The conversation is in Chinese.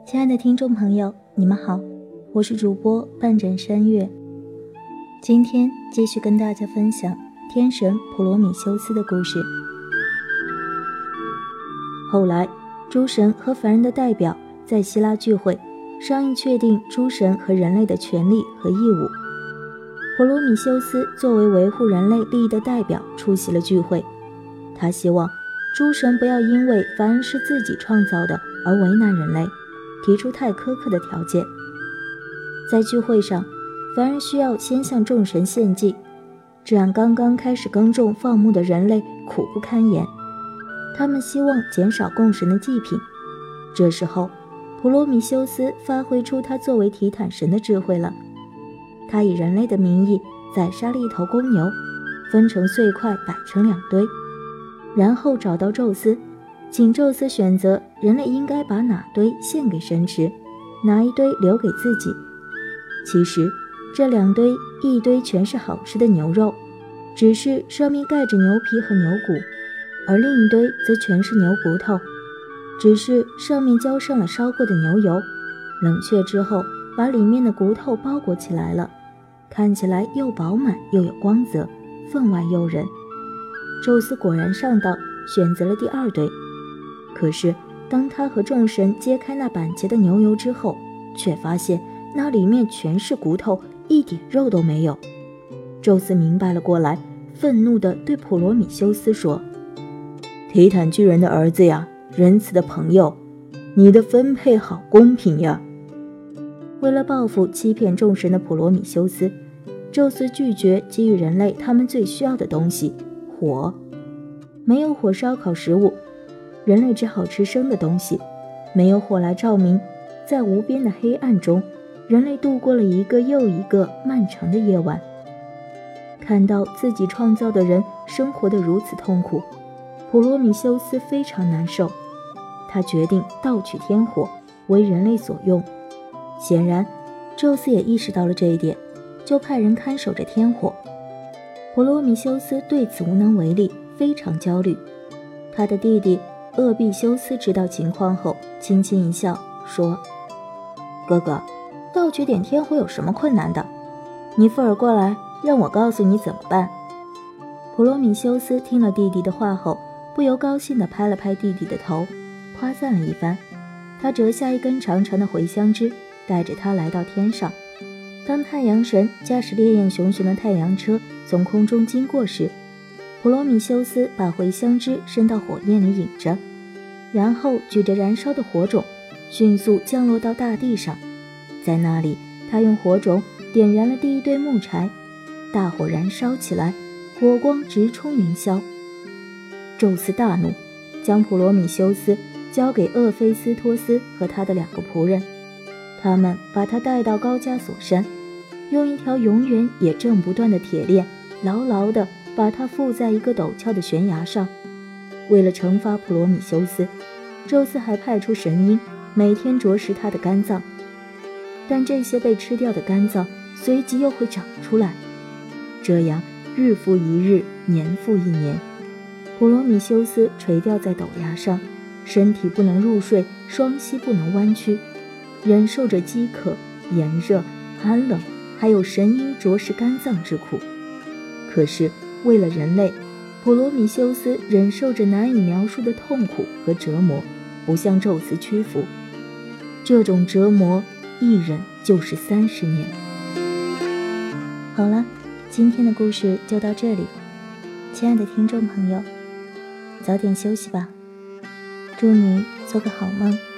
亲爱的听众朋友，你们好，我是主播半枕山月。今天继续跟大家分享天神普罗米修斯的故事。后来，诸神和凡人的代表在希拉聚会，商议确定诸神和人类的权利和义务。普罗米修斯作为维护人类利益的代表出席了聚会，他希望诸神不要因为凡人是自己创造的而为难人类，提出太苛刻的条件。在聚会上，凡人需要先向众神献祭，这让刚刚开始耕种放牧的人类苦不堪言。他们希望减少供神的祭品。这时候，普罗米修斯发挥出他作为提坦神的智慧了。他以人类的名义宰杀了一头公牛，分成碎块摆成2堆，然后找到宙斯，请宙斯选择人类应该把哪堆献给神池，哪一堆留给自己。其实这2堆，一堆全是好吃的牛肉，只是上面盖着牛皮和牛骨，而另一堆则全是牛骨头，只是上面浇上了烧过的牛油，冷却之后把里面的骨头包裹起来了，看起来又饱满又有光泽，分外诱人。宙斯果然上当，选择了第2堆。可是当他和众神揭开那板结的牛油之后，却发现那里面全是骨头，一点肉都没有。宙斯明白了过来，愤怒地对普罗米修斯说：提坦巨人的儿子呀，仁慈的朋友，你的分配好公平呀。为了报复欺骗众神的普罗米修斯，宙斯拒绝给予人类他们最需要的东西——火。没有火烧烤食物，人类只好吃生的东西。没有火来照明，在无边的黑暗中，人类度过了一个又一个漫长的夜晚。看到自己创造的人生活得如此痛苦，普罗米修斯非常难受。他决定盗取天火，为人类所用。显然，宙斯也意识到了这一点，就派人看守着天火。普罗米修斯对此无能为力，非常焦虑。他的弟弟厄庇修斯知道情况后，轻轻一笑，说：哥哥，盗取点天火有什么困难的？你附耳过来，让我告诉你怎么办。普罗米修斯听了弟弟的话后，不由高兴地拍了拍弟弟的头，夸赞了一番。他折下一根长长的茴香枝，带着他来到天上。当太阳神驾驶烈焰熊熊的太阳车从空中经过时，普罗米修斯把茴香枝伸到火焰里引着，然后举着燃烧的火种迅速降落到大地上。在那里，他用火种点燃了第1堆木柴，大火燃烧起来，火光直冲云霄。宙斯大怒，将普罗米修斯交给厄菲斯托斯和他的2个仆人，他们把他带到高加索山，用一条永远也挣不断的铁链牢牢地把他缚在一个陡峭的悬崖上。为了惩罚普罗米修斯，宙斯还派出神鹰每天啄食他的肝脏，但这些被吃掉的肝脏随即又会长出来，这样日复一日，年复一年。普罗米修斯垂吊在陡崖上，身体不能入睡，双膝不能弯曲，忍受着饥渴、炎热、寒冷，还有神鹰啄食肝脏之苦。可是为了人类，普罗米修斯忍受着难以描述的痛苦和折磨，不向宙斯屈服。这种折磨一忍就是30年。好了，今天的故事就到这里。亲爱的听众朋友，早点休息吧，祝你做个好梦。